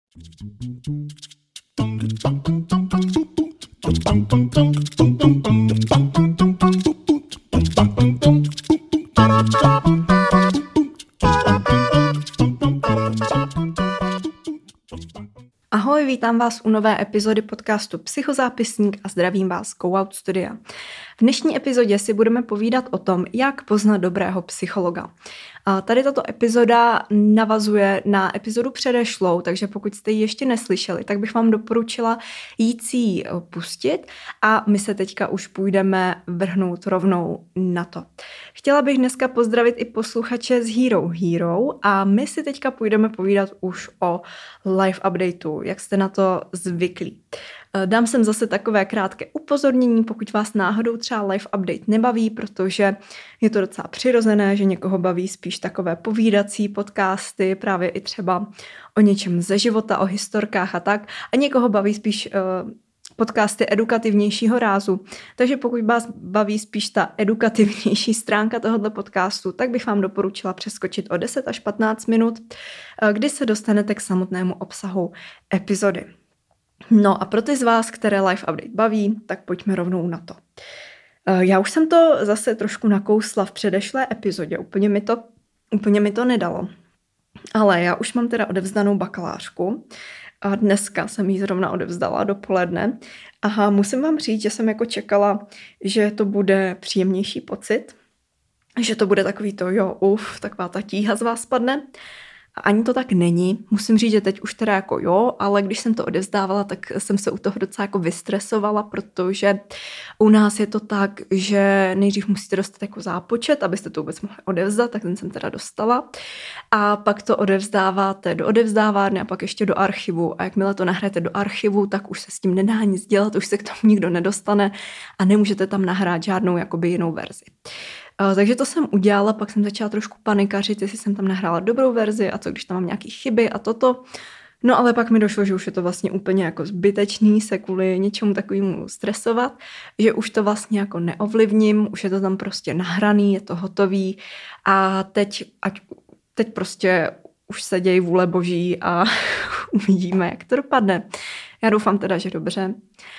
Ahoj, vítám vás u nové epizody podcastu Psychozápisník a zdravím vás Go Out Studia. V dnešní epizodě si budeme povídat o tom, jak poznat dobrého psychologa. A tady tato epizoda navazuje na epizodu předešlou, takže pokud jste ji ještě neslyšeli, tak bych vám doporučila jít si ji pustit a my se teďka už půjdeme vrhnout rovnou na to. Chtěla bych dneska pozdravit i posluchače z Hero a my si teďka půjdeme povídat už o live updateu, jak jste na to zvyklí. Dám sem zase takové krátké upozornění, pokud vás náhodou třeba live update nebaví, protože je to docela přirozené, že někoho baví spíš takové povídací podcasty, právě i třeba o něčem ze života, o historkách a tak, a někoho baví spíš podcasty edukativnějšího rázu. Takže pokud vás baví spíš ta edukativnější stránka tohoto podcastu, tak bych vám doporučila přeskočit o 10 až 15 minut, kdy se dostanete k samotnému obsahu epizody. No a pro ty z vás, které live update baví, tak pojďme rovnou na to. Já už jsem to zase trošku nakousla v předešlé epizodě, úplně mi to nedalo. Ale já už mám teda odevzdanou bakalářku a dneska jsem ji zrovna odevzdala dopoledne. A musím vám říct, že jsem jako čekala, že to bude příjemnější pocit, že to bude takový to taková ta tíha z vás spadne. A ani to tak není. Musím říct, že teď už teda jako ale když jsem to odevzdávala, tak jsem se u toho docela jako vystresovala, protože u nás je to tak, že nejdřív musíte dostat jako zápočet, abyste to vůbec mohli odevzdat, tak ten jsem teda dostala. A pak to odevzdáváte do odevzdávárny a pak ještě do archivu. A jakmile to nahrajete do archivu, tak už se s tím nedá nic dělat, už se k tomu nikdo nedostane a nemůžete tam nahrát žádnou jakoby jinou verzi. Takže to jsem udělala, pak jsem začala trošku panikařit, jestli jsem tam nahrála dobrou verzi a co když tam mám nějaké chyby a toto. No ale pak mi došlo, že už je to vlastně úplně jako zbytečný se kvůli něčemu takovému stresovat, že už to vlastně jako neovlivním, už je to tam prostě nahraný, je to hotový a teď prostě už se dějí vůle boží a uvidíme, jak to dopadne. Já doufám teda, že dobře.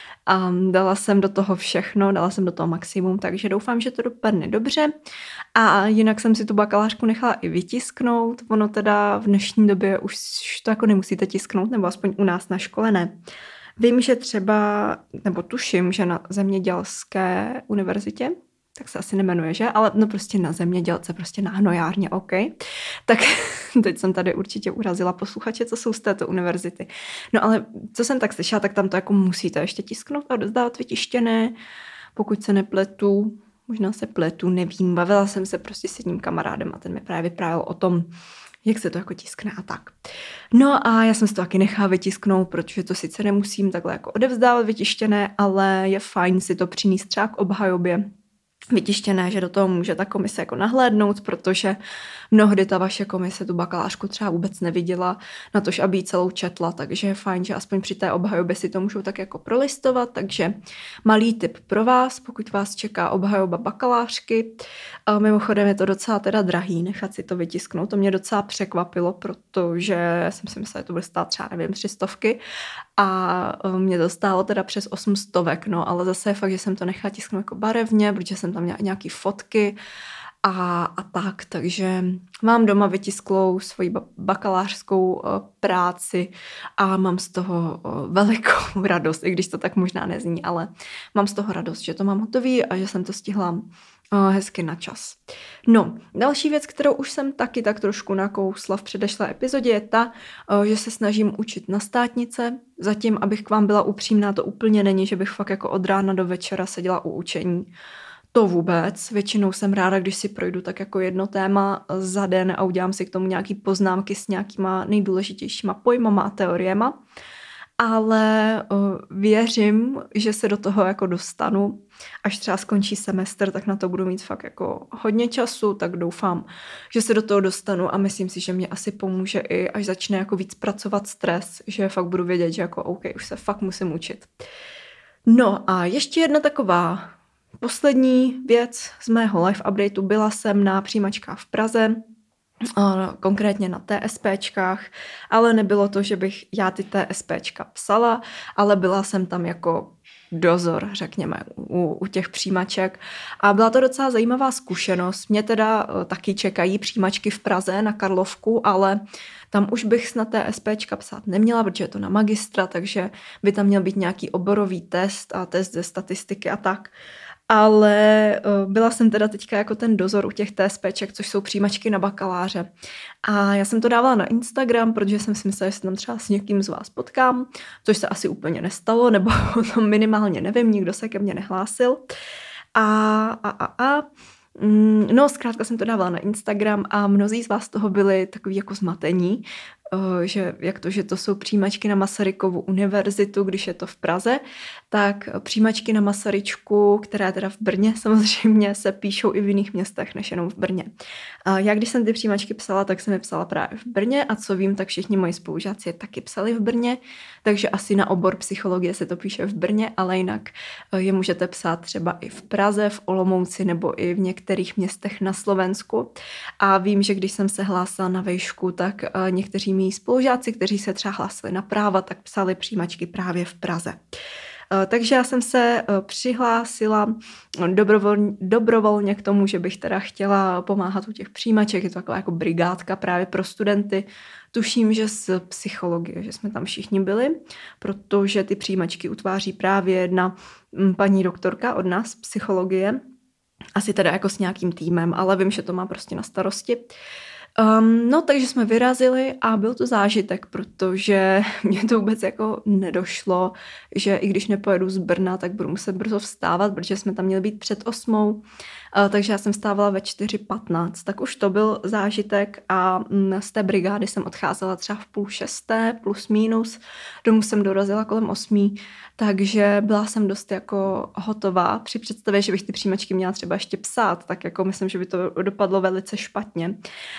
Dala jsem do toho všechno, dala jsem do toho maximum, takže doufám, že to dopadne dobře. A jinak jsem si tu bakalářku nechala i vytisknout. Ono teda v dnešní době už to jako nemusíte tisknout, nebo aspoň u nás na škole ne. Vím, že třeba, nebo tuším, že na Zemědělské univerzitě, tak se asi nemenuje, že? Ale no prostě na zemědělce, prostě na hnojárně, OK. Tak teď jsem tady určitě urazila posluchače, co jsou z této univerzity. No ale co jsem tak slyšela, tak tam to jako musíte ještě tisknout a dozdávat vytištěné, pokud se nepletu, možná se pletu, nevím. Bavila jsem se prostě s jedním kamarádem a ten mi právě vyprávěl o tom, jak se to jako tiskne a tak. No a já jsem si to taky nechala vytisknout, protože to sice nemusím takhle jako odevzdávat vytištěné, ale je fajn si to přinést třeba k obhajobě vytištěné, že do toho může ta komise jako nahlédnout, protože mnohdy ta vaše komise tu bakalářku třeba vůbec neviděla, natož aby ji celou četla, takže je fajn, že aspoň při té obhajobě si to můžou tak jako prolistovat, takže malý tip pro vás, pokud vás čeká obhajoba bakalářky. Mimochodem je to docela teda drahý nechat si to vytisknout, to mě docela překvapilo, protože jsem si myslela, že to bude stát třeba nevím 300 a mě to stálo teda přes 800, no ale zase je fakt, že jsem to nechala tisknout jako barevně, protože jsem tam měla nějaký fotky a tak, takže mám doma vytisklou svoji bakalářskou práci a mám z toho velikou radost, i když to tak možná nezní, ale mám z toho radost, že to mám hotový a že jsem to stihla hezky na čas. No, další věc, kterou už jsem taky tak trošku nakousla v předešlé epizodě, je ta, že se snažím učit na státnice. Zatím, abych k vám byla upřímná, to úplně není, že bych fakt jako od rána do večera seděla u učení. To vůbec. Většinou jsem ráda, když si projdu tak jako jedno téma za den a udělám si k tomu nějaký poznámky s nějakýma nejdůležitějšíma pojmama a teoriema. Ale věřím, že se do toho jako dostanu. Až třeba skončí semestr, tak na to budu mít fakt jako hodně času, tak doufám, že se do toho dostanu a myslím si, že mě asi pomůže i až začne jako víc pracovat stres, že fakt budu vědět, že jako OK, už se fakt musím učit. No a ještě jedna taková poslední věc z mého live updateu. Byla jsem na přijímačkách v Praze. konkrétně na TSPčkách, ale nebylo to, že bych já ty TSPčka psala, ale byla jsem tam jako dozor, řekněme, u těch přijímaček. A byla to docela zajímavá zkušenost. Mě teda taky čekají přijímačky v Praze na Karlovku, ale tam už bych snad TSPčka psát neměla, protože je to na magistra, takže by tam měl být nějaký oborový test a test ze statistiky a tak. Ale byla jsem teda teďka jako ten dozor u těch TSPček, což jsou přijímačky na bakaláře. A já jsem to dávala na Instagram, protože jsem si myslela, že se tam třeba s někým z vás potkám, což se asi úplně nestalo, nebo to minimálně nevím, nikdo se ke mně nehlásil. No, zkrátka jsem to dávala na Instagram a mnozí z vás toho byli takový jako zmatení, že že to jsou přijímačky na Masarykovu univerzitu, když je to v Praze, tak přijímačky na Masaryčku, která teda v Brně samozřejmě, se píšou i v jiných městech, než jenom v Brně. Já když jsem ty přijímačky psala, tak jsem je psala právě v Brně a co vím, tak všichni moji spolužáci je taky psali v Brně, takže asi na obor psychologie se to píše v Brně, ale jinak je můžete psát třeba i v Praze, v Olomouci nebo i v některých městech na Slovensku. A vím, že když jsem se hlásila na vejšku, tak někteří mí spolužáci, kteří se třeba hlásili na práva, tak psali přijímačky právě v Praze. Takže já jsem se přihlásila dobrovolně k tomu, že bych teda chtěla pomáhat u těch přijímaček. Je to taková jako brigádka právě pro studenty. Tuším, že z psychologie, že jsme tam všichni byli, protože ty přijímačky utváří právě jedna paní doktorka od nás z psychologie. Asi teda jako s nějakým týmem, ale vím, že to má prostě na starosti. No, takže jsme vyrazili a byl to zážitek, protože mě to vůbec jako nedošlo, že i když nepojedu z Brna, tak budu muset brzo vstávat, protože jsme tam měli být před 8, takže já jsem vstávala ve 4:15, tak už to byl zážitek a z té brigády jsem odcházela třeba v 5:30 plus minus, domů jsem dorazila kolem 8, takže byla jsem dost jako hotová při představě, že bych ty přijímačky měla třeba ještě psát, tak jako myslím, že by to dopadlo velice špatně.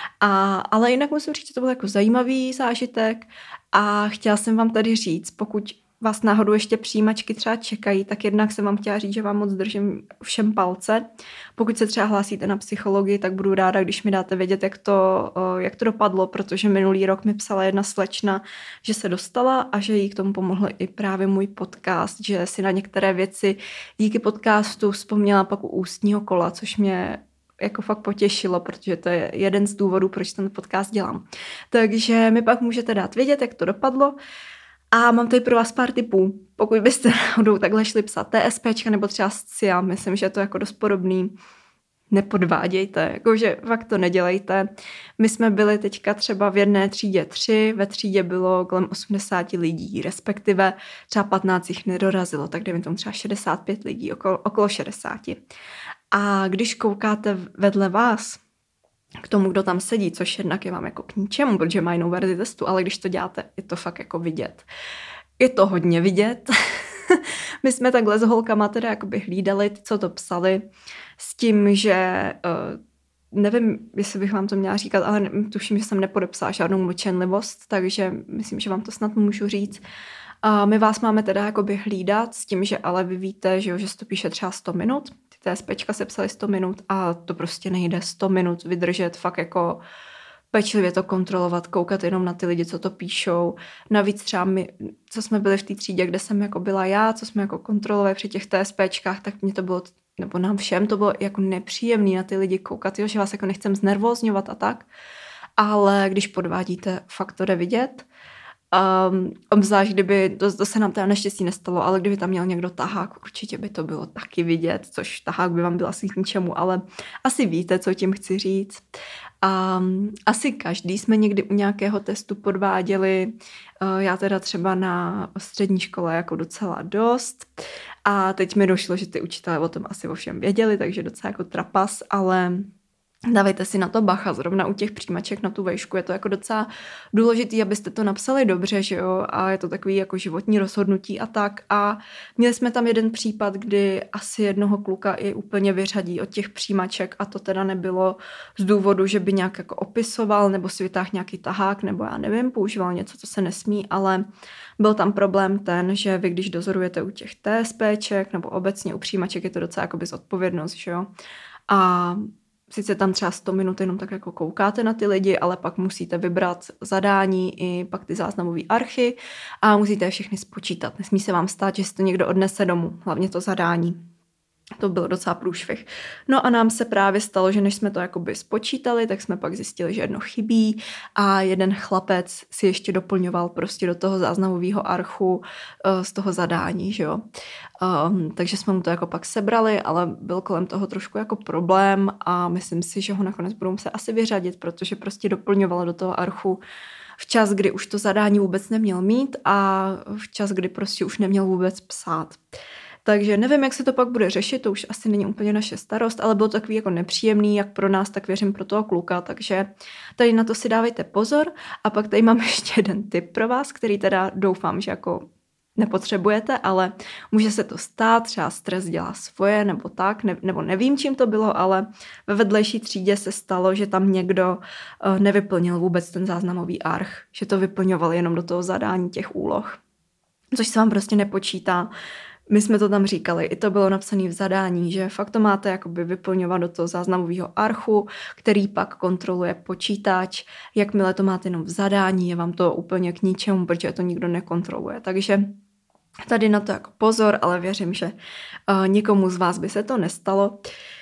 Ale jinak musím říct, že to byl jako zajímavý zážitek a chtěla jsem vám tady říct, pokud vás náhodou ještě přijímačky třeba čekají, tak jednak jsem vám chtěla říct, že vám moc držím všem palce. Pokud se třeba hlásíte na psychologii, tak budu ráda, když mi dáte vědět, jak to dopadlo, protože minulý rok mi psala jedna slečna, že se dostala a že jí k tomu pomohl i právě můj podcast, že si na některé věci díky podcastu vzpomněla pak u ústního kola, což mě jako fakt potěšilo, protože to je jeden z důvodů, proč ten podcast dělám. Takže mi pak můžete dát vědět, jak to dopadlo. A mám tady pro vás pár tipů. Pokud byste náhodou takhle šli psát TSPčka nebo třeba SCIA, myslím, že je to jako dost podobný. Nepodvádějte, jakože fakt to nedělejte. My jsme byli teďka třeba v jedné třídě 3, ve třídě bylo kolem 80 lidí, respektive třeba 15 jich nedorazilo, tak dejme tomu třeba 65 lidí, okolo 60. A když koukáte vedle vás k tomu, kdo tam sedí, což jednak je vám jako k ničemu, protože má jinou verzi testu, ale když to děláte, je to fakt jako vidět. Je to hodně vidět. My jsme takhle s holkama teda jakoby hlídali ty, co to psali, s tím, že nevím, jestli bych vám to měla říkat, ale tuším, že jsem nepodepsala žádnou mlčenlivost, takže myslím, že vám to snad můžu říct. A my vás máme teda jakoby hlídat s tím, že ale vy víte, že se to píše třeba 100 minut, ty TSPčka se psaly 100 minut a to prostě nejde 100 minut vydržet, fakt jako pečlivě to kontrolovat, koukat jenom na ty lidi, co to píšou. Navíc třeba my, co jsme byli v té třídě, kde jsem jako byla já, co jsme jako kontrolovali při těch TSPčkách, tak mě to bylo, nebo nám všem to bylo jako nepříjemný na ty lidi koukat, že vás jako nechcem znervózňovat a tak, ale když podvádíte, fakt to jde vidět. Obzvlášť, kdyby, to se nám teda naštěstí nestalo, ale kdyby tam měl někdo tahák, určitě by to bylo taky vidět, což tahák by vám byl asi k ničemu, ale asi víte, co tím chci říct. Asi každý jsme někdy u nějakého testu podváděli, já teda třeba na střední škole jako docela dost a teď mi došlo, že ty učitelé o tom asi o všem věděli, takže docela jako trapas, ale dávejte si na to bacha, zrovna u těch přijímaček na tu vejšku je to jako docela důležitý, abyste to napsali dobře, že jo, a je to takový jako životní rozhodnutí a tak a měli jsme tam jeden případ, kdy asi jednoho kluka i úplně vyřadí od těch přijímaček a to teda nebylo z důvodu, že by nějak jako opisoval nebo si vytáhl nějaký tahák nebo já nevím, používal něco, co se nesmí, ale byl tam problém ten, že vy když dozorujete u těch TSPček nebo obecně u přijímaček je to docela jakoby zodpovědnost, že jo, a sice tam třeba 100 minut jenom tak jako koukáte na ty lidi, ale pak musíte vybrat zadání i pak ty záznamové archy a musíte je všechny spočítat. Nesmí se vám stát, že si to někdo odnese domů, hlavně to zadání. To bylo docela průšvih. No a nám se právě stalo, že než jsme to jakoby spočítali, tak jsme pak zjistili, že jedno chybí a jeden chlapec si ještě doplňoval prostě do toho záznamového archu z toho zadání, že jo. Takže jsme mu to jako pak sebrali, ale byl kolem toho trošku jako problém a myslím si, že ho nakonec budou muset asi vyřadit, protože prostě doplňoval do toho archu včas, kdy už to zadání vůbec neměl mít a včas, kdy prostě už neměl vůbec psát. Takže nevím, jak se to pak bude řešit, to už asi není úplně naše starost, ale bylo to takový jako nepříjemný, jak pro nás, tak věřím pro toho kluka, takže tady na to si dávejte pozor. A pak tady mám ještě jeden tip pro vás, který teda doufám, že jako nepotřebujete, ale může se to stát, třeba stres dělá svoje nebo tak, nebo nevím, čím to bylo, ale ve vedlejší třídě se stalo, že tam někdo nevyplnil vůbec ten záznamový arch, že to vyplňoval jenom do toho zadání těch úloh, což se vám prostě nepočítá. My jsme to tam říkali, i to bylo napsané v zadání, že fakt to máte jakoby vyplňovat do toho záznamového archu, který pak kontroluje počítač. Jakmile to máte jenom v zadání, je vám to úplně k ničemu, protože to nikdo nekontroluje. Takže tady na to jako pozor, ale věřím, že někomu z vás by se to nestalo.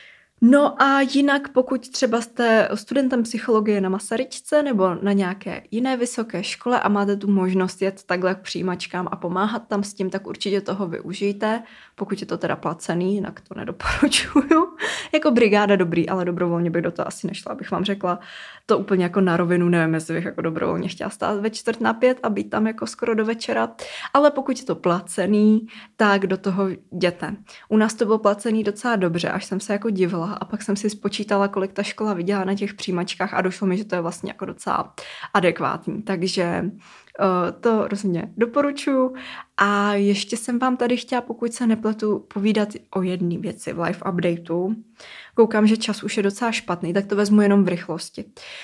No a jinak, pokud třeba jste studentem psychologie na Masaryčce nebo na nějaké jiné vysoké škole a máte tu možnost jet takhle k přijímačkám a pomáhat tam s tím, tak určitě toho využijte, pokud je to teda placený, jinak to nedoporučuju. Jako brigáda dobrý, ale dobrovolně bych do toho asi nešla, abych vám řekla to úplně jako na rovinu, nevím, jestli bych jako dobrovolně chtěla stát ve 4:45 a být tam jako skoro do večera, ale pokud je to placený, tak do toho jděte. U nás to bylo placený docela dobře, až jsem se jako divila a pak jsem si spočítala, kolik ta škola vydělá na těch přijímačkách a došlo mi, že to je vlastně jako docela adekvátní, takže to rozhodně doporučuji. A ještě jsem vám tady chtěla, pokud se nepletu, povídat o jedné věci v live updateu. Koukám, že čas už je docela špatný, tak to vezmu jenom v rychlosti.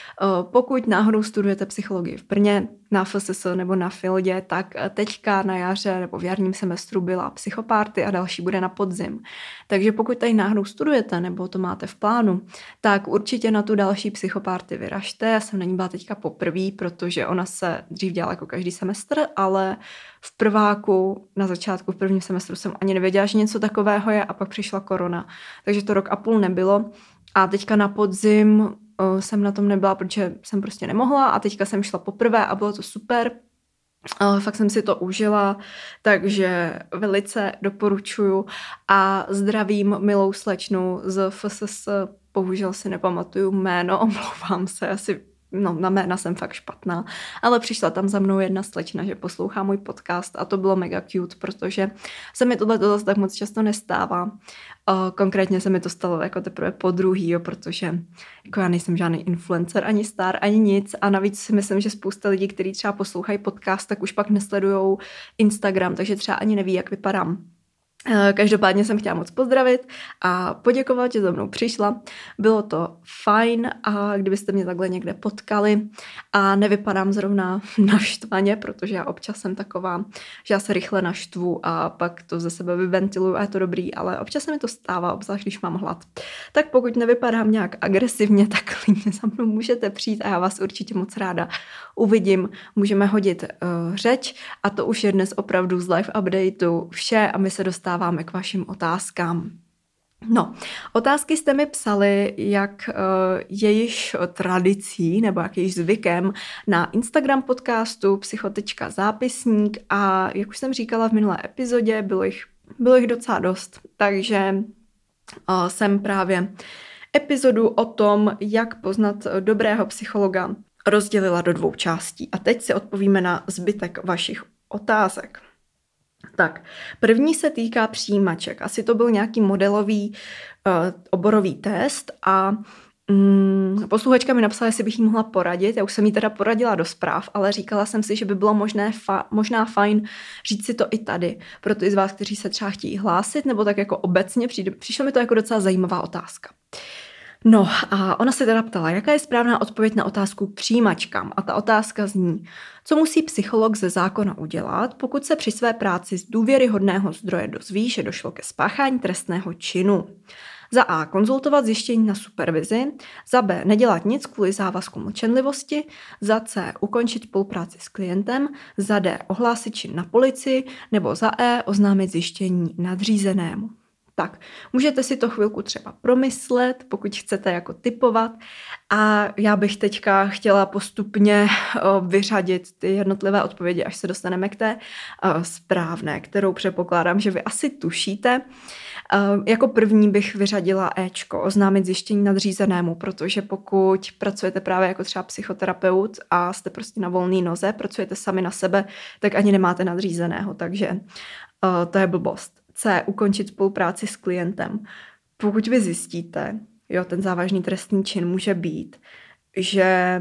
Pokud náhodou studujete psychologii v Brně, na FSS nebo na Fildě, tak teďka na jaře nebo v jarním semestru byla psychopárty a další bude na podzim. Takže pokud tady náhodou studujete nebo to máte v plánu, tak určitě na tu další psychopárty vyražte. Já jsem na ní byla teďka poprvé, protože ona se dřív dělala jako každý semestr, ale v prváku, na začátku, v prvním semestru jsem ani nevěděla, že něco takového je a pak přišla korona. Takže to 1,5 roku nebylo a teďka na podzim jsem na tom nebyla, protože jsem prostě nemohla a teďka jsem šla poprvé a bylo to super. Fakt jsem si to užila, takže velice doporučuju a zdravím milou slečnu z FSS, bohužel si nepamatuju jméno, omlouvám se, asi na jména jsem fakt špatná, ale přišla tam za mnou jedna slečna, že poslouchá můj podcast a to bylo mega cute, protože se mi tohle zase tak moc často nestává. Konkrétně se mi to stalo jako teprve podruhý, protože jako já nejsem žádný influencer, ani star, ani nic a navíc si myslím, že spousta lidí, kteří třeba poslouchají podcast, tak už pak nesledujou Instagram, takže třeba ani neví, jak vypadám. Každopádně jsem chtěla moc pozdravit a poděkovat, že za mnou přišla. Bylo to fajn a kdybyste mě takhle někde potkali a nevypadám zrovna naštvaně, protože já občas jsem taková, že já se rychle naštvu a pak to ze sebe vyventiluju a je to dobrý, ale občas se mi to stává, obzvlášť když mám hlad. Tak pokud nevypadám nějak agresivně, tak klidně za mnou můžete přijít a já vás určitě moc ráda uvidím. Můžeme hodit řeč a to už je dnes opravdu z live updateu vše a my se dostáváme k vašim otázkám. No, otázky jste mi psali, jak je již tradicí, nebo jak je již zvykem na Instagram podcastu psycho.zápisník a jak už jsem říkala v minulé epizodě, bylo jich docela dost, takže jsem právě epizodu o tom, jak poznat dobrého psychologa, rozdělila do 2 částí a teď si odpovíme na zbytek vašich otázek. Tak, první se týká přijímaček. Asi to byl nějaký modelový oborový test a posluchačka mi napsala, jestli bych jí mohla poradit. Já už jsem jí teda poradila do zpráv, ale říkala jsem si, že by bylo možná fajn říct si to i tady. Pro ty z vás, kteří se třeba chtějí hlásit, nebo tak jako obecně, přišlo mi to jako docela zajímavá otázka. No a ona se teda ptala, jaká je správná odpověď na otázku k přijímačkám. A ta otázka zní, co musí psycholog ze zákona udělat, pokud se při své práci z důvěryhodného zdroje dozví, že došlo ke spáchání trestného činu. Za A. Konzultovat zjištění na supervizi. Za B. Nedělat nic kvůli závazku mlčenlivosti. Za C. Ukončit spolupráci s klientem. Za D. Ohlásit čin na policii. Nebo za E. Oznámit zjištění nadřízenému. Tak, můžete si to chvilku třeba promyslet, pokud chcete jako tipovat. A já bych teďka chtěla postupně vyřadit ty jednotlivé odpovědi, až se dostaneme k té správné, kterou předpokládám, že vy asi tušíte. Jako první bych vyřadila Ečko, oznámit zjištění nadřízenému, protože pokud pracujete právě jako třeba psychoterapeut a jste prostě na volné noze, pracujete sami na sebe, tak ani nemáte nadřízeného, takže to je blbost. C. Ukončit spolupráci s klientem. Pokud vy zjistíte, ten závažný trestný čin může být, že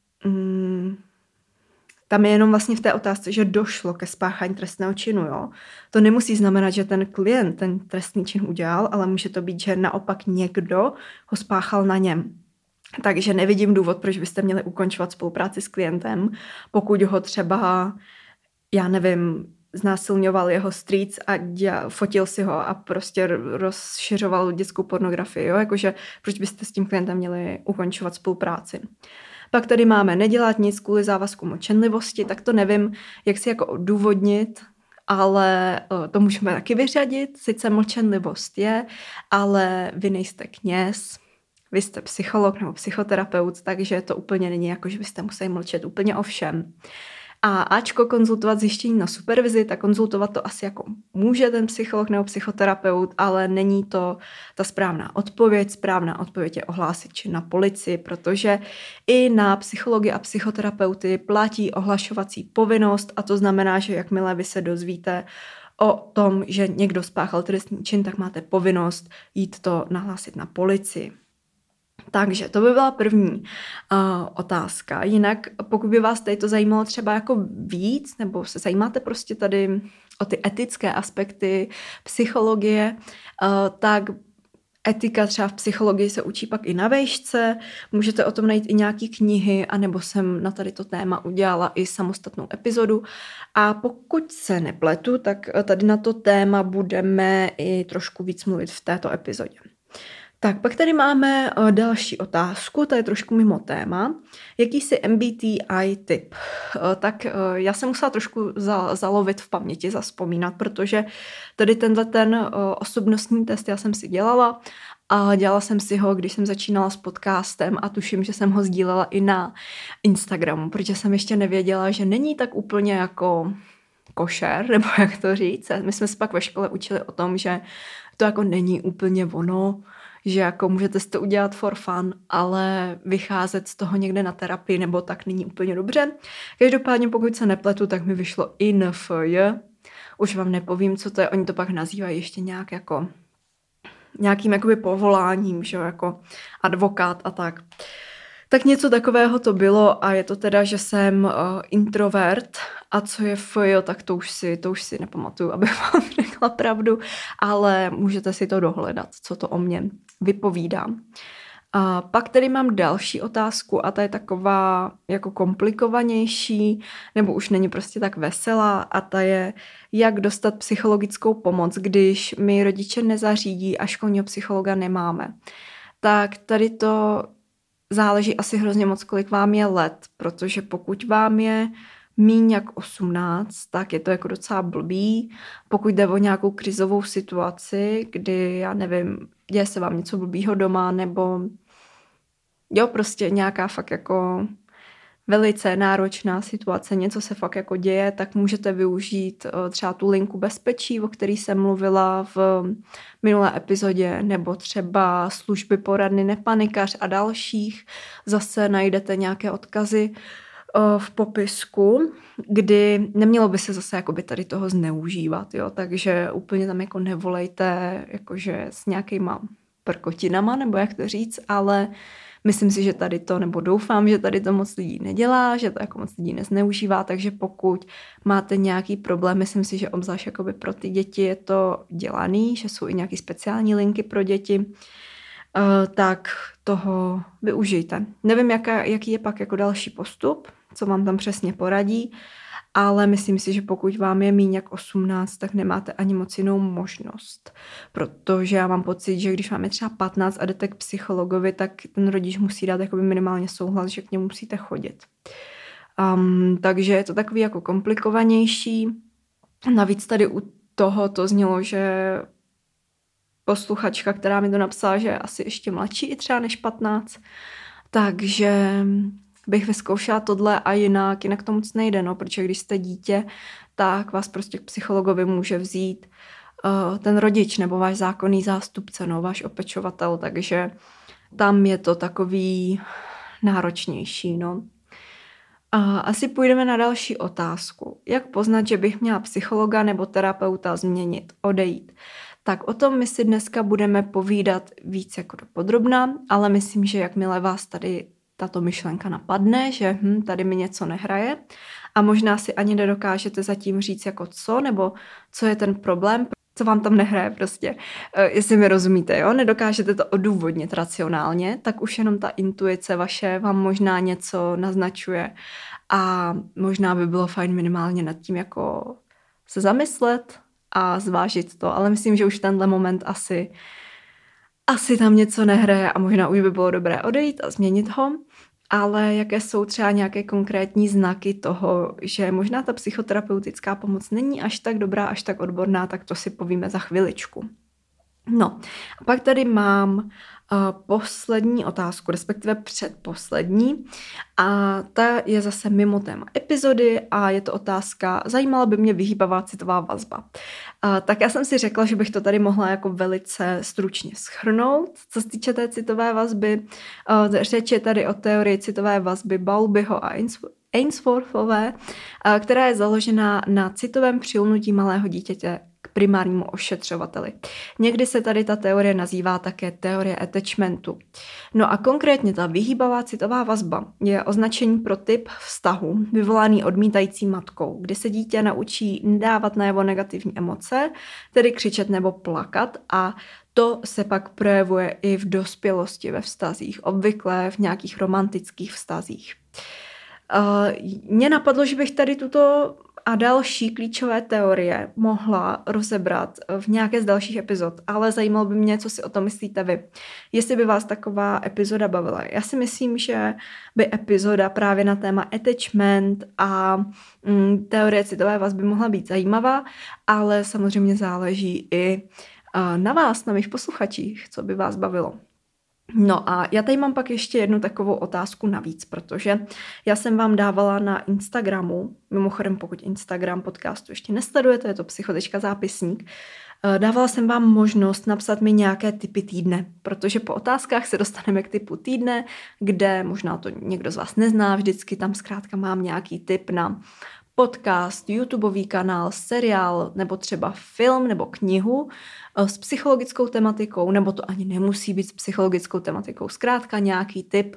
tam je jenom vlastně v té otázce, že došlo ke spáchání trestného činu. Jo? To nemusí znamenat, že ten klient ten trestný čin udělal, ale může to být, že naopak někdo ho spáchal na něm. Takže nevidím důvod, proč byste měli ukončovat spolupráci s klientem, pokud ho třeba, já nevím, znásilňoval jeho strýc a fotil si ho a prostě rozšiřoval dětskou pornografii. Jo? Jakože proč byste s tím klientem měli ukončovat spolupráci. Pak tady máme nedělat nic kvůli závazku mlčenlivosti, tak to nevím, jak si jako odůvodnit, ale to můžeme taky vyřadit. Sice mlčenlivost je, ale vy nejste kněz, vy jste psycholog nebo psychoterapeut, takže to úplně není jako, že byste museli mlčet úplně o všem. A Ačko, konzultovat zjištění na supervizi, tak konzultovat to asi jako může ten psycholog nebo psychoterapeut, ale není to ta správná odpověď. Správná odpověď je ohlásit čin na policii, protože i na psychology a psychoterapeuty platí ohlašovací povinnost a to znamená, že jakmile vy se dozvíte o tom, že někdo spáchal trestný čin, tak máte povinnost jít to nahlásit na policii. Takže to by byla první otázka. Jinak pokud by vás tady to zajímalo třeba jako víc, nebo se zajímáte prostě tady o ty etické aspekty psychologie, tak etika třeba v psychologii se učí pak i na vejšce, můžete o tom najít i nějaký knihy, anebo jsem na tady to téma udělala i samostatnou epizodu. A pokud se nepletu, tak tady na to téma budeme i trošku víc mluvit v této epizodě. Tak, pak tady máme další otázku, to je trošku mimo téma. Jakýsi MBTI typ? Tak já jsem musela trošku zalovit v paměti, zavzpomínat, protože tady ten osobnostní test já jsem si dělala a dělala jsem si ho, když jsem začínala s podcastem a tuším, že jsem ho sdílela i na Instagramu, protože jsem ještě nevěděla, že není tak úplně jako košer, nebo jak to říct. My jsme se pak ve škole učili o tom, že to jako není úplně ono, že jako můžete si to udělat for fun, ale vycházet z toho někde na terapii nebo tak není úplně dobře. Každopádně pokud se nepletu, tak mi vyšlo INFJ. Už vám nepovím, co to je, oni to pak nazývají ještě nějak jako nějakým jakoby povoláním, že jo, jako advokát a tak. Tak něco takového to bylo a je to teda, že jsem introvert a co je FJ, tak to už si nepamatuju, abych vám řekla pravdu, ale můžete si to dohledat, co to o mně vypovídá. A pak tady mám další otázku a ta je taková jako komplikovanější, nebo už není prostě tak veselá a ta je, jak dostat psychologickou pomoc, když mi rodiče nezařídí a školního psychologa nemáme. Tak tady to záleží asi hrozně moc, kolik vám je let, protože pokud vám je míň jak 18, tak je to jako docela blbý. Pokud jde o nějakou krizovou situaci, kdy, já nevím, děje se vám něco blbýho doma, nebo jo, prostě nějaká fakt jako velice náročná situace, něco se fakt jako děje, tak můžete využít třeba tu linku bezpečí, o který jsem mluvila v minulé epizodě, nebo třeba služby poradny Nepanikař a dalších. Zase najdete nějaké odkazy v popisku, kdy nemělo by se zase jakoby tady toho zneužívat, jo, takže úplně tam jako nevolejte jakože s nějakýma prkotinama, nebo jak to říct, ale myslím si, že tady to, nebo doufám, že tady to moc lidí nedělá, že to jako moc lidí nezneužívá, takže pokud máte nějaký problém, myslím si, že obzvlášť jakoby pro ty děti je to dělaný, že jsou i nějaké speciální linky pro děti, tak toho využijte. Nevím, jaký je pak jako další postup, co vám tam přesně poradí, ale myslím si, že pokud vám je míň jak 18, tak nemáte ani moc jinou možnost, protože já mám pocit, že když vám je třeba 15 a jdete k psychologovi, tak ten rodič musí dát jakoby minimálně souhlas, že k němu musíte chodit. Takže je to takový jako komplikovanější. Navíc tady u toho to znělo, že posluchačka, která mi to napsala, že je asi ještě mladší i třeba než 15, takže bych vyzkoušela tohle a jinak to moc nejde, no, protože když jste dítě, tak vás prostě k psychologovi může vzít ten rodič nebo váš zákonný zástupce, no, váš opečovatel, takže tam je to takový náročnější, no. A asi půjdeme na další otázku. Jak poznat, že bych měla psychologa nebo terapeuta změnit, odejít? Tak o tom my si dneska budeme povídat víc jako dopodrobna, ale myslím, že jakmile vás tady tato myšlenka napadne, že tady mi něco nehraje a možná si ani nedokážete zatím říct jako co, nebo co je ten problém, co vám tam nehraje prostě, jestli mi rozumíte, jo, nedokážete to odůvodnit racionálně, tak už jenom ta intuice vaše vám možná něco naznačuje a možná by bylo fajn minimálně nad tím jako se zamyslet a zvážit to, ale myslím, že už v tenhle moment asi tam něco nehraje a možná už by bylo dobré odejít a změnit ho, ale jaké jsou třeba nějaké konkrétní znaky toho, že možná ta psychoterapeutická pomoc není až tak dobrá, až tak odborná, tak to si povíme za chviličku. No, a pak tady mám poslední otázku, respektive předposlední, a ta je zase mimo téma epizody a je to otázka, zajímala by mě vyhýbavá citová vazba. Tak já jsem si řekla, že bych to tady mohla jako velice stručně shrnout, co se týče té citové vazby. Řeč je tady o teorii citové vazby Bowlbyho a Ainsworthové, která je založená na citovém přilnutí malého dítěte k primárnímu ošetřovateli. Někdy se tady ta teorie nazývá také teorie attachmentu. No a konkrétně ta vyhýbavá citová vazba je označení pro typ vztahu vyvolaný odmítající matkou, kdy se dítě naučí nedávat najevo negativní emoce, tedy křičet nebo plakat, a to se pak projevuje i v dospělosti ve vztazích, obvykle v nějakých romantických vztazích. Mně napadlo, že bych tady tuto a další klíčové teorie mohla rozebrat v nějaké z dalších epizod, ale zajímalo by mě, co si o tom myslíte vy. Jestli by vás taková epizoda bavila. Já si myslím, že by epizoda právě na téma attachment a teorie citové vazby mohla být zajímavá, ale samozřejmě záleží i na vás, na mých posluchačích, co by vás bavilo. No a já tady mám pak ještě jednu takovou otázku navíc, protože já jsem vám dávala na Instagramu, mimochodem pokud Instagram podcastu ještě nesledujete, je to psycho.zápisník, dávala jsem vám možnost napsat mi nějaké typy týdne, protože po otázkách se dostaneme k typu týdne, kde možná to někdo z vás nezná, vždycky tam zkrátka mám nějaký tip na podcast, YouTubeový kanál, seriál nebo třeba film nebo knihu s psychologickou tematikou, nebo to ani nemusí být s psychologickou tematikou, zkrátka nějaký tip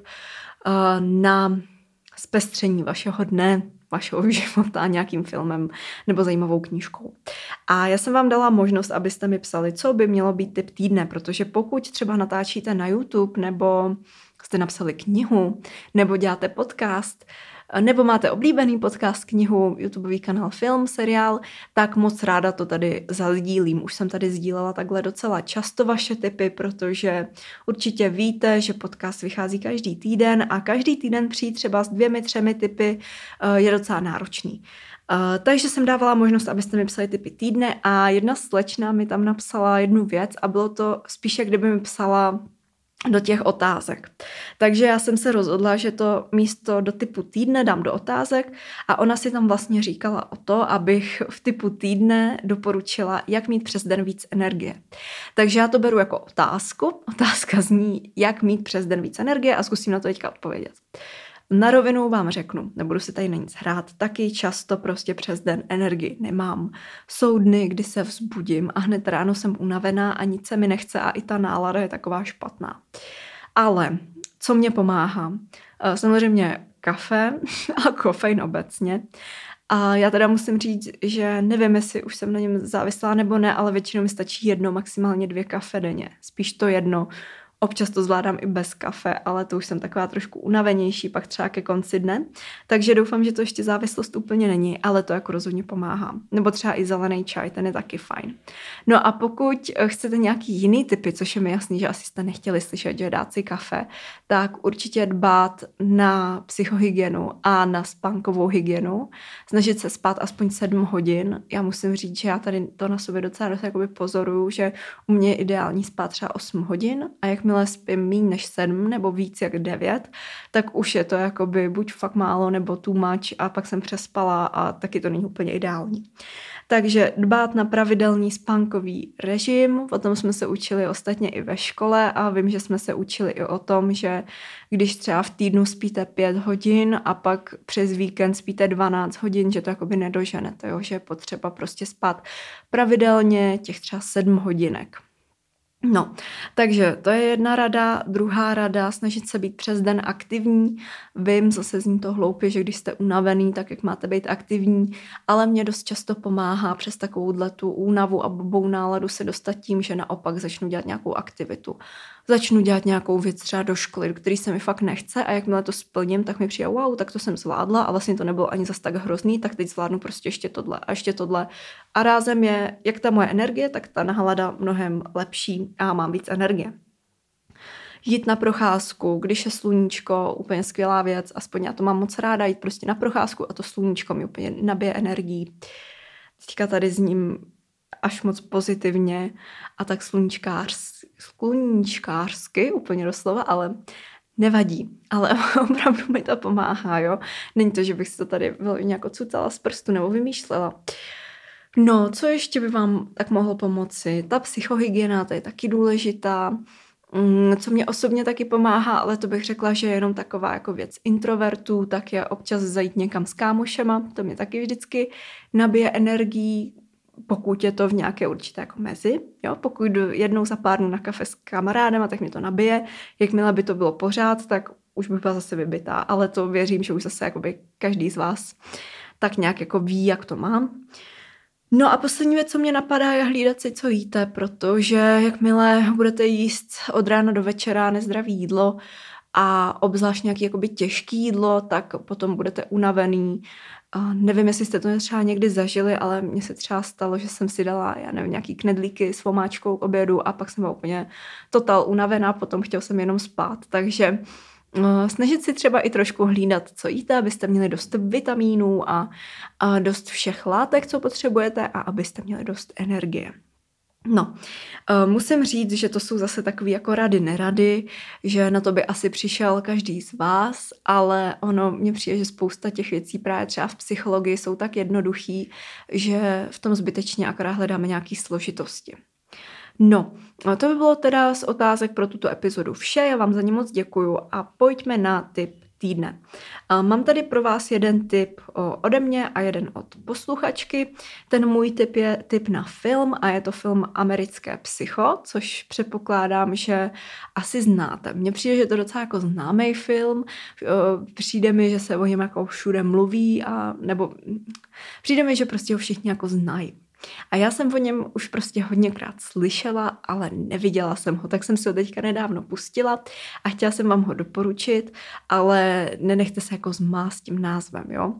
na zpestření vašeho dne, vašeho života nějakým filmem nebo zajímavou knížkou. A já jsem vám dala možnost, abyste mi psali, co by mělo být tip týdne, protože pokud třeba natáčíte na YouTube nebo jste napsali knihu nebo děláte podcast, nebo máte oblíbený podcast, knihu, YouTubeový kanál, film, seriál, tak moc ráda to tady zazdílím. Už jsem tady sdílela takhle docela často vaše tipy, protože určitě víte, že podcast vychází každý týden a každý týden přijít třeba s 2-3 tipy je docela náročný. Takže jsem dávala možnost, abyste mi psali tipy týdne a jedna slečna mi tam napsala jednu věc a bylo to spíše, kdyby mi psala do těch otázek. Takže já jsem se rozhodla, že to místo do typu týdne dám do otázek a ona si tam vlastně říkala o to, abych v typu týdne doporučila, jak mít přes den víc energie. Takže já to beru jako otázku. Otázka zní, jak mít přes den víc energie a zkusím na to teďka odpovědět. Na rovinu vám řeknu, nebudu si tady na nic hrát, taky často prostě přes den energii nemám. Jsou dny, kdy se vzbudím a hned ráno jsem unavená a nic se mi nechce a i ta nálada je taková špatná. Ale co mě pomáhá? Samozřejmě kafe a kofein obecně. A já teda musím říct, že nevím, jestli už jsem na něm závislá nebo ne, ale většinou mi stačí 1, maximálně 2 kafe denně. Spíš to 1. Občas to zvládám i bez kafe, ale to už jsem taková trošku unavenější, pak třeba ke konci dne. Takže doufám, že to ještě závislost úplně není, ale to jako rozhodně pomáhá. Nebo třeba i zelený čaj, ten je taky fajn. No a pokud chcete nějaký jiný typy, což je mi jasný, že asi jste nechtěli slyšet, že dát si kafe, tak určitě dbát na psychohygienu a na spánkovou hygienu. Snažit se spát aspoň 7 hodin. Já musím říct, že já tady to na sobě docela dost jakoby pozoruju, že u mě je ideální spát třeba 8 hodin a jakmile spím méně než 7 nebo víc jak 9, tak už je to jakoby buď fakt málo nebo too much a pak jsem přespala a taky to není úplně ideální. Takže dbát na pravidelný spánkový režim, o tom jsme se učili ostatně i ve škole a vím, že jsme se učili i o tom, že když třeba v týdnu spíte 5 hodin a pak přes víkend spíte 12 hodin, že to jakoby nedoženete, jo? Že je potřeba prostě spát pravidelně těch třeba 7 hodinek. No, takže to je jedna rada. Druhá rada, snažit se být přes den aktivní. Vím, zase zní to hloupě, že když jste unavený, tak jak máte být aktivní, ale mě dost často pomáhá přes takovouhle tu únavu a blbou náladu se dostat tím, že naopak začnu dělat nějakou aktivitu. Začnu dělat nějakou věc třeba do školy, do který se mi fakt nechce a jakmile to splním, tak mi přijde wow, tak to jsem zvládla a vlastně to nebylo ani zas tak hrozný, tak teď zvládnu prostě ještě tohle a ještě tohle. A rázem je, jak ta moje energie, tak ta nálada mnohem lepší a mám víc energie. Jít na procházku, když je sluníčko, úplně skvělá věc, aspoň já to mám moc ráda, jít prostě na procházku a to sluníčko mi úplně nabije energii. Teďka tady s ním až moc pozitivně a tak sluníčkářsky, úplně doslova, ale nevadí. Ale opravdu mi to pomáhá, jo. Není to, že bych si to tady nějak odsucala z prstu nebo vymýšlela. No, co ještě by vám tak mohlo pomoci? Ta psychohygiena, to je taky důležitá. Co mě osobně taky pomáhá, ale to bych řekla, že je jenom taková jako věc introvertů, tak je občas zajít někam s kámošema, to mě taky vždycky nabije energii, pokud je to v nějaké určité jako mezi. Jo? Pokud jdu jednou za pár dnů na kafe s kamarádem, tak mě to nabije. Jakmile by to bylo pořád, tak už bych byla zase vybitá, ale to věřím, že už zase jakoby každý z vás tak nějak jako ví, jak to mám. No a poslední věc, co mě napadá, je hlídat si, co jíte, protože jakmile budete jíst od rána do večera nezdravé jídlo a obzvlášť nějaké jakoby těžké jídlo, tak potom budete unavený. Nevím, jestli jste to třeba někdy zažili, ale mně se třeba stalo, že jsem si dala, já nevím, nějaký knedlíky s vomáčkou k obědu a pak jsem byla úplně totál unavená, potom chtěl jsem jenom spát, takže snažit si třeba i trošku hlídat, co jíte, abyste měli dost vitamínů a dost všech látek, co potřebujete a abyste měli dost energie. No, musím říct, že to jsou zase takový jako rady, nerady, že na to by asi přišel každý z vás, ale ono mně přijde, že spousta těch věcí právě třeba v psychologii jsou tak jednoduchý, že v tom zbytečně akorát hledáme nějaký složitosti. No, to by bylo teda z otázek pro tuto epizodu vše, já vám za ně moc děkuju a pojďme na tip týdne. Mám tady pro vás jeden tip ode mě a jeden od posluchačky. Ten můj tip je tip na film a je to film Americké psycho, což předpokládám, že asi znáte. Mně přijde, že je to docela jako známý film, přijde mi, že se o něm jako všude mluví nebo přijde mi, že prostě ho všichni jako znají. A já jsem o něm už prostě hodněkrát slyšela, ale neviděla jsem ho, tak jsem si ho teďka nedávno pustila a chtěla jsem vám ho doporučit, ale nenechte se jako zmást tím názvem, jo?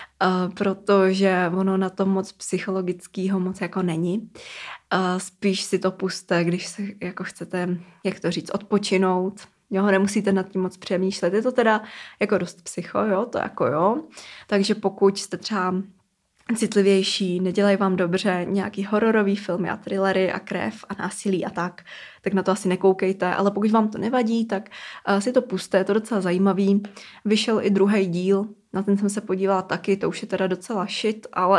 Protože ono na tom moc psychologického moc jako není. Spíš si to puste, když se jako chcete, jak to říct, odpočinout. Jo, nemusíte nad tím moc přemýšlet. Je to teda jako dost psycho, jo, to jako jo. Takže pokud jste třeba citlivější, nedělají vám dobře nějaký hororový filmy a thrillery a krev a násilí a tak na to asi nekoukejte, ale pokud vám to nevadí, tak si to puste, je to docela zajímavý. Vyšel i druhý díl, na ten jsem se podívala taky, to už je teda docela shit, ale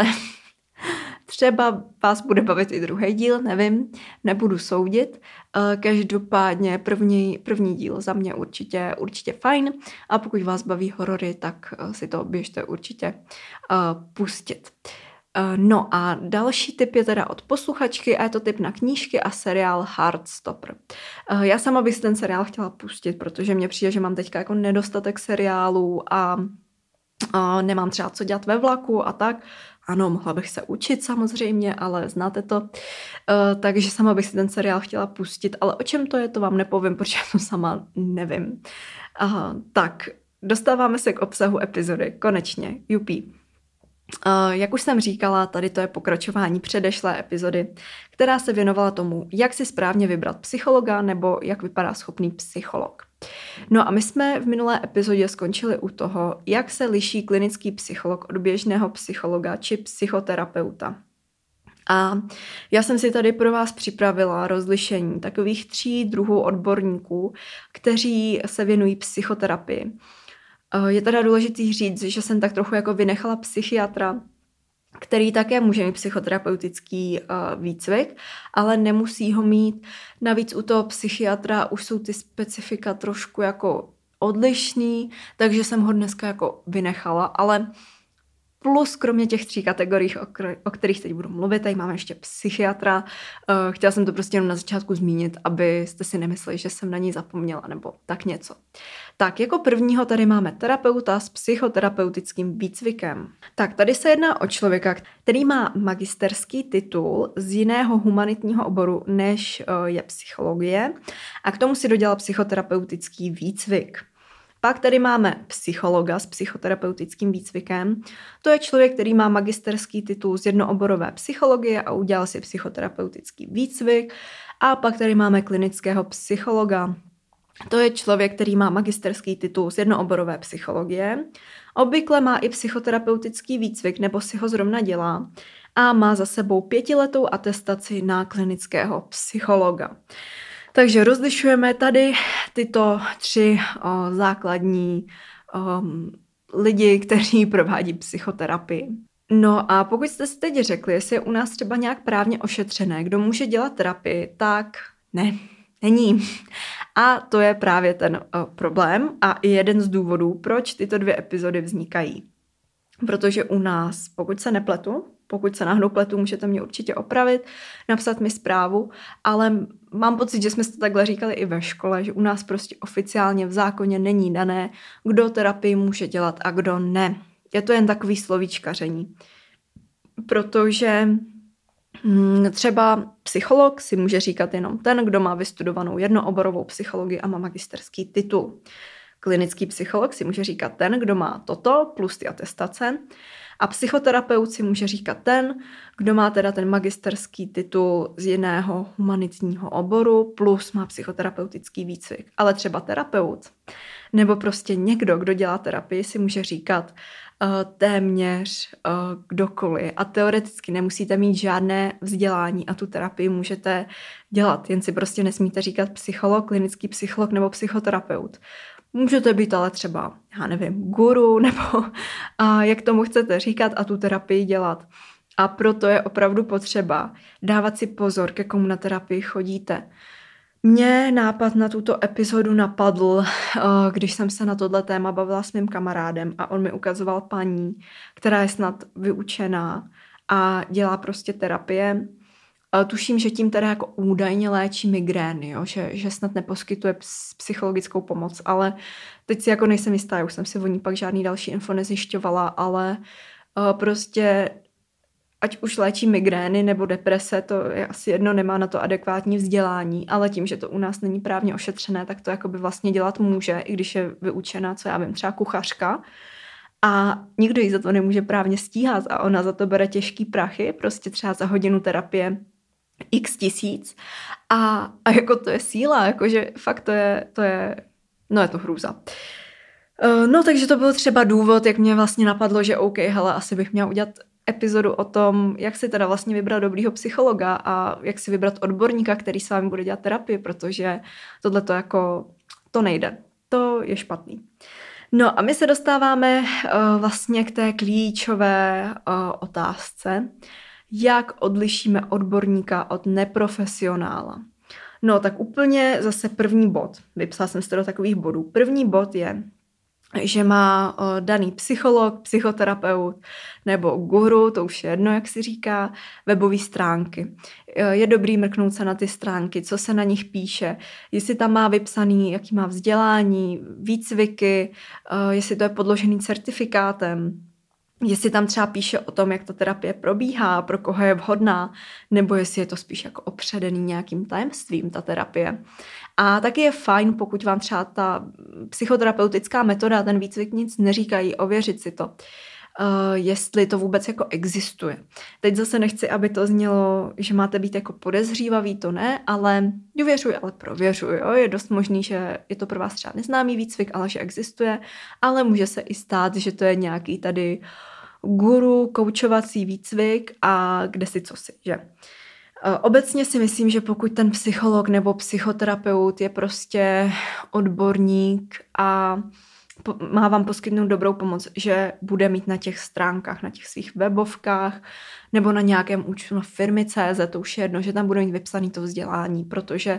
třeba vás bude bavit i druhý díl, nevím, nebudu soudit. Každopádně první díl za mě určitě fajn a pokud vás baví horory, tak si to běžte určitě pustit. No a další tip je teda od posluchačky a je to tip na knížky a seriál Heartstopper. Já sama bych si ten seriál chtěla pustit, protože mně přijde, že mám teďka jako nedostatek seriálů a nemám třeba co dělat ve vlaku a tak. ano, mohla bych se učit samozřejmě, ale znáte to. Takže sama bych si ten seriál chtěla pustit, ale o čem to je, to vám nepovím, protože to sama nevím. Tak, dostáváme se k obsahu epizody. Konečně, jupí. Jak už jsem říkala, tady to je pokračování předešlé epizody, která se věnovala tomu, jak si správně vybrat psychologa nebo jak vypadá schopný psycholog. No a my jsme v minulé epizodě skončili u toho, jak se liší klinický psycholog od běžného psychologa či psychoterapeuta. A já jsem si tady pro vás připravila rozlišení takových 3 druhů odborníků, kteří se věnují psychoterapii. Je teda důležitý říct, že jsem tak trochu jako vynechala psychiatra, který také může mít psychoterapeutický výcvik, ale nemusí ho mít. Navíc u toho psychiatra už jsou ty specifika trošku jako odlišný, takže jsem ho dneska jako vynechala, ale plus kromě těch 3 kategorií, o kterých teď budu mluvit, tady máme ještě psychiatra. Chtěla jsem to prostě jenom na začátku zmínit, abyste si nemysleli, že jsem na ní zapomněla nebo tak něco. Tak jako prvního tady máme terapeuta s psychoterapeutickým výcvikem. Tak tady se jedná o člověka, který má magisterský titul z jiného humanitního oboru, než je psychologie, a k tomu si dodělal psychoterapeutický výcvik. Pak tady máme psychologa s psychoterapeutickým výcvikem. To je člověk, který má magisterský titul z jednooborové psychologie a udělal si psychoterapeutický výcvik. A pak tady máme klinického psychologa. To je člověk, který má magisterský titul z jednooborové psychologie. Obvykle má i psychoterapeutický výcvik, nebo si ho zrovna dělá. A má za sebou 5letou atestaci na klinického psychologa. Takže rozlišujeme tady tyto 3 základní lidi, kteří provádí psychoterapii. No a pokud jste si teď řekli, jestli je u nás třeba nějak právně ošetřené, kdo může dělat terapii, tak ne, není. A to je právě ten problém a i jeden z důvodů, proč tyto 2 epizody vznikají. Protože u nás, pokud se nepletu, pokud se náhodou pletu, můžete mě určitě opravit, napsat mi zprávu, ale mám pocit, že jsme to takhle říkali i ve škole, že u nás prostě oficiálně v zákoně není dané, kdo terapii může dělat a kdo ne. Je to jen takový slovíčkaření. Protože třeba psycholog si může říkat jenom ten, kdo má vystudovanou jednooborovou psychologii a má magisterský titul. Klinický psycholog si může říkat ten, kdo má toto plus ty atestace. A psychoterapeut si může říkat ten, kdo má teda ten magisterský titul z jiného humanitního oboru plus má psychoterapeutický výcvik. Ale třeba terapeut nebo prostě někdo, kdo dělá terapii, si může říkat téměř kdokoliv. A teoreticky nemusíte mít žádné vzdělání a tu terapii můžete dělat. Jen si prostě nesmíte říkat psycholog, klinický psycholog nebo psychoterapeut. Můžete být ale třeba, já nevím, guru nebo jak tomu chcete říkat a tu terapii dělat. A proto je opravdu potřeba dávat si pozor, ke komu na terapii chodíte. Mně nápad na tuto epizodu napadl, když jsem se na tohle téma bavila s mým kamarádem a on mi ukazoval paní, která je snad vyučená a dělá prostě terapie. Tuším, že tím teda jako údajně léčí migrény, jo? Že snad neposkytuje psychologickou pomoc, ale teď si jako nejsem jistá, už jsem si o ní pak žádný další info nezjišťovala, ale prostě ať už léčí migrény nebo deprese, to je asi jedno, nemá na to adekvátní vzdělání, ale tím, že to u nás není právně ošetřené, tak to jakoby vlastně dělat může, i když je vyučená, co já vím, třeba kuchařka. A nikdo jí za to nemůže právně stíhat a ona za to bere těžký prachy, prostě třeba za hodinu terapie x tisíc a jako to je síla, jakože fakt to je hrůza. No takže to byl třeba důvod, jak mě vlastně napadlo, že OK, hele, asi bych měla udělat epizodu o tom, jak si teda vlastně vybrat dobrýho psychologa a jak si vybrat odborníka, který s vámi bude dělat terapii, protože tohle to jako, to nejde. To je špatný. No a my se dostáváme vlastně k té klíčové otázce, jak odlišíme odborníka od neprofesionála. No tak úplně zase první bod. Vypsala jsem si to do takových bodů. První bod je, že má daný psycholog, psychoterapeut nebo guru, to už je jedno, jak si říká, webové stránky. Je dobrý mrknout se na ty stránky, co se na nich píše, jestli tam má vypsaný, jaký má vzdělání, výcviky, jestli to je podložený certifikátem. jestli tam třeba píše o tom, jak ta terapie probíhá, pro koho je vhodná, nebo jestli je to spíš jako opředený nějakým tajemstvím, ta terapie. A taky je fajn, pokud vám třeba ta psychoterapeutická metoda, ten výcvik nic neříkají, ověřit si to, jestli to vůbec jako existuje. Teď zase nechci, aby to znělo, že máte být jako podezřívavý, to ne, ale důvěřuj, ale prověřuj. Jo? Je dost možný, že je to pro vás třeba neznámý výcvik, ale že existuje, ale může se i stát, že to je nějaký tady guru, koučovací výcvik a kde si co si, že? Obecně si myslím, že pokud ten psycholog nebo psychoterapeut je prostě odborník a má vám poskytnout dobrou pomoc, že bude mít na těch stránkách, na těch svých webovkách nebo na nějakém účtu na firmy CZ, to už je jedno, že tam bude mít vypsaný to vzdělání, protože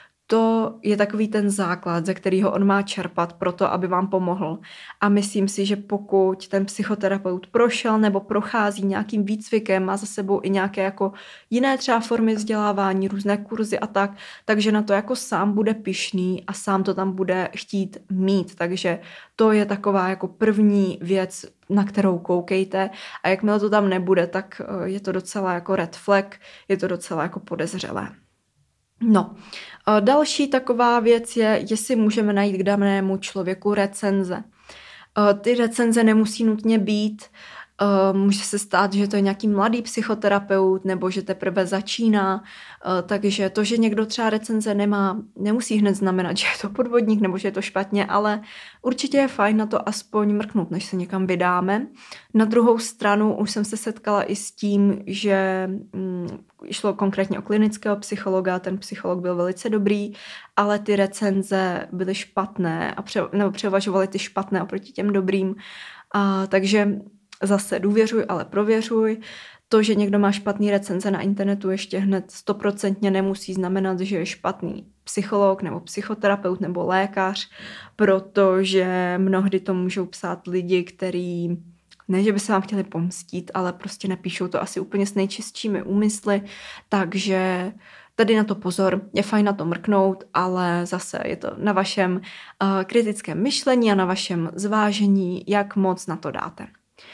to je takový ten základ, ze kterého on má čerpat pro to, aby vám pomohl. A myslím si, že pokud ten psychoterapeut prošel nebo prochází nějakým výcvikem, má za sebou i nějaké jako jiné třeba formy vzdělávání, různé kurzy a tak, takže na to jako sám bude pyšný a sám to tam bude chtít mít. Takže to je taková jako první věc, na kterou koukejte, a jakmile to tam nebude, tak je to docela jako red flag, je to docela jako podezřelé. No, další taková věc je, jestli můžeme najít k danému člověku recenze. Ty recenze nemusí nutně být, může se stát, že to je nějaký mladý psychoterapeut nebo že teprve začíná, takže to, že někdo třeba recenze nemá, nemusí hned znamenat, že je to podvodník nebo že je to špatně, ale určitě je fajn na to aspoň mrknout, než se někam vydáme. Na druhou stranu už jsem se setkala i s tím, že šlo konkrétně o klinického psychologa, ten psycholog byl velice dobrý, ale ty recenze byly špatné nebo převažovaly ty špatné oproti těm dobrým, takže zase důvěřuj, ale prověřuj. To, že někdo má špatný recenze na internetu, ještě hned 100% nemusí znamenat, že je špatný psycholog nebo psychoterapeut nebo lékař, protože mnohdy to můžou psát lidi, kteří ne, že by se vám chtěli pomstít, ale prostě nepíšou to asi úplně s nejčistšími úmysly, takže tady na to pozor, je fajn na to mrknout, ale zase je to na vašem kritickém myšlení a na vašem zvážení, jak moc na to dáte.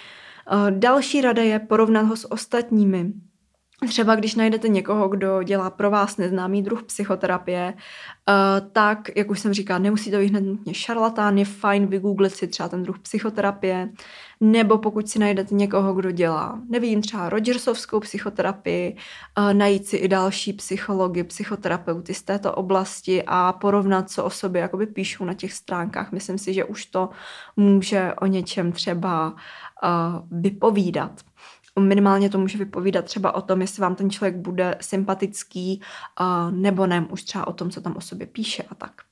Další rada je porovnat ho s ostatními. Třeba když najdete někoho, kdo dělá pro vás neznámý druh psychoterapie, tak, jak už jsem říkala, nemusí to být hned nutně šarlatán, je fajn vygooglit si třeba ten druh psychoterapie, nebo pokud si najdete někoho, kdo dělá, nevím, třeba Rogersovskou psychoterapii, najít si i další psychology, psychoterapeuty z této oblasti a porovnat, co o sobě jakoby píšou na těch stránkách. Myslím si, že už to může o něčem třeba vypovídat. Minimálně to může vypovídat třeba o tom, jestli vám ten člověk bude sympatický nebo ne, už třeba o tom, co tam o sobě píše a tak.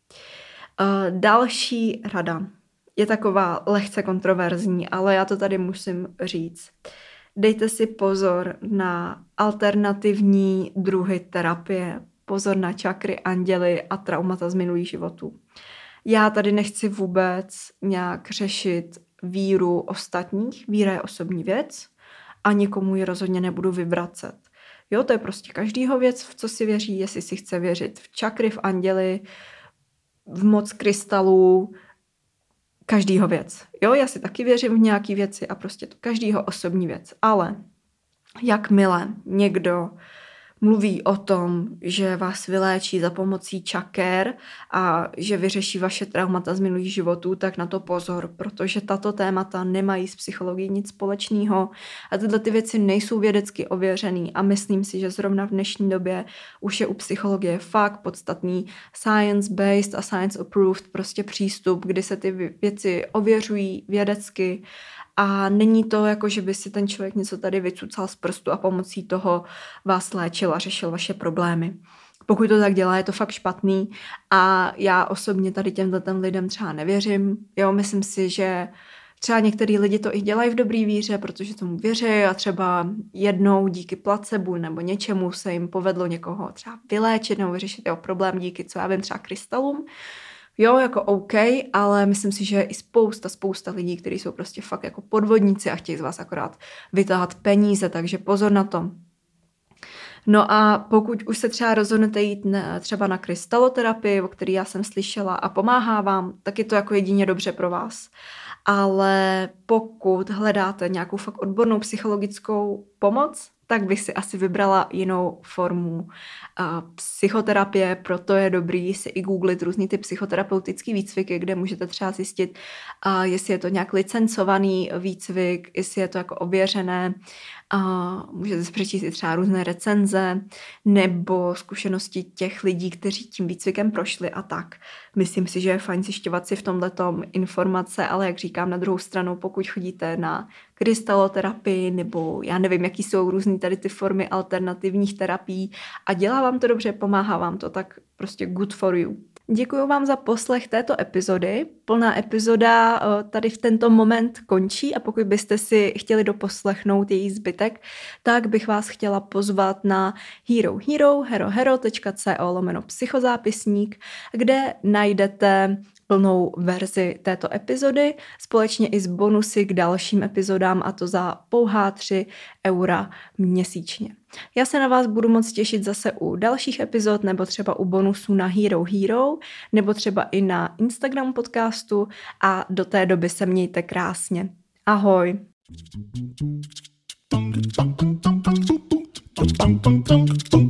Další rada je taková lehce kontroverzní, ale já to tady musím říct. Dejte si pozor na alternativní druhy terapie, pozor na čakry, anděly a traumata z minulých životů. Já tady nechci vůbec nějak řešit víru ostatních, víra je osobní věc, a nikomu ji rozhodně nebudu vyvracet. Jo, to je prostě každýho věc, v co si věří, jestli si chce věřit v čakry, v anděly, v moc krystalů, každýho věc. Jo, já si taky věřím v nějaký věci a prostě to každýho osobní věc. Ale jakmile někdo mluví o tom, že vás vyléčí za pomocí čaker a že vyřeší vaše traumata z minulých životů, tak na to pozor, protože tato témata nemají s psychologií nic společného a tyhle ty věci nejsou vědecky ověřený a myslím si, že zrovna v dnešní době už je u psychologie fakt podstatný science-based a science-approved prostě přístup, kdy se ty věci ověřují vědecky. A není to jako, že by si ten člověk něco tady vycucal z prstu a pomocí toho vás léčil a řešil vaše problémy. Pokud to tak dělá, je to fakt špatný a já osobně tady těmto lidem třeba nevěřím. Jo, myslím si, že třeba některý lidi to i dělají v dobrý víře, protože tomu věří a třeba jednou díky placebu nebo něčemu se jim povedlo někoho třeba vyléčit nebo vyřešit jeho problém díky, co já vím, třeba krystalům. Jo, jako OK, ale myslím si, že je i spousta lidí, kteří jsou prostě fakt jako podvodníci a chtějí z vás akorát vytáhat peníze, takže pozor na to. No a pokud už se třeba rozhodnete jít třeba na krystaloterapii, o který já jsem slyšela a pomáhá vám, tak je to jako jedině dobře pro vás. ale pokud hledáte nějakou fakt odbornou psychologickou pomoc, tak bych si asi vybrala jinou formu psychoterapie, proto je dobrý si i googlit různý ty psychoterapeutický výcviky, kde můžete třeba zjistit, jestli je to nějak licencovaný výcvik, jestli je to jako ověřené, můžete si přečíst i třeba různé recenze nebo zkušenosti těch lidí, kteří tím výcvikem prošli a tak. Myslím si, že je fajn zjišťovat si v tomhletom informace, ale jak říkám, na druhou stranu, pokud chodíte na krystaloterapii nebo já nevím, jaký jsou různý tady ty formy alternativních terapií a dělá vám to dobře, pomáhá vám to, tak prostě good for you. Děkuji vám za poslech této epizody. Plná epizoda tady v tento moment končí a pokud byste si chtěli doposlechnout její zbytek, tak bych vás chtěla pozvat na herohero.co/psychozápisník, kde najdete plnou verzi této epizody, společně i s bonusy k dalším epizodám, a to za pouhá 3 € měsíčně. Já se na vás budu moc těšit zase u dalších epizod, nebo třeba u bonusů na Hero Hero, nebo třeba i na Instagramu podcastu a do té doby se mějte krásně. Ahoj! Tum tum tum tum tum tum tum tum tum tum tum tum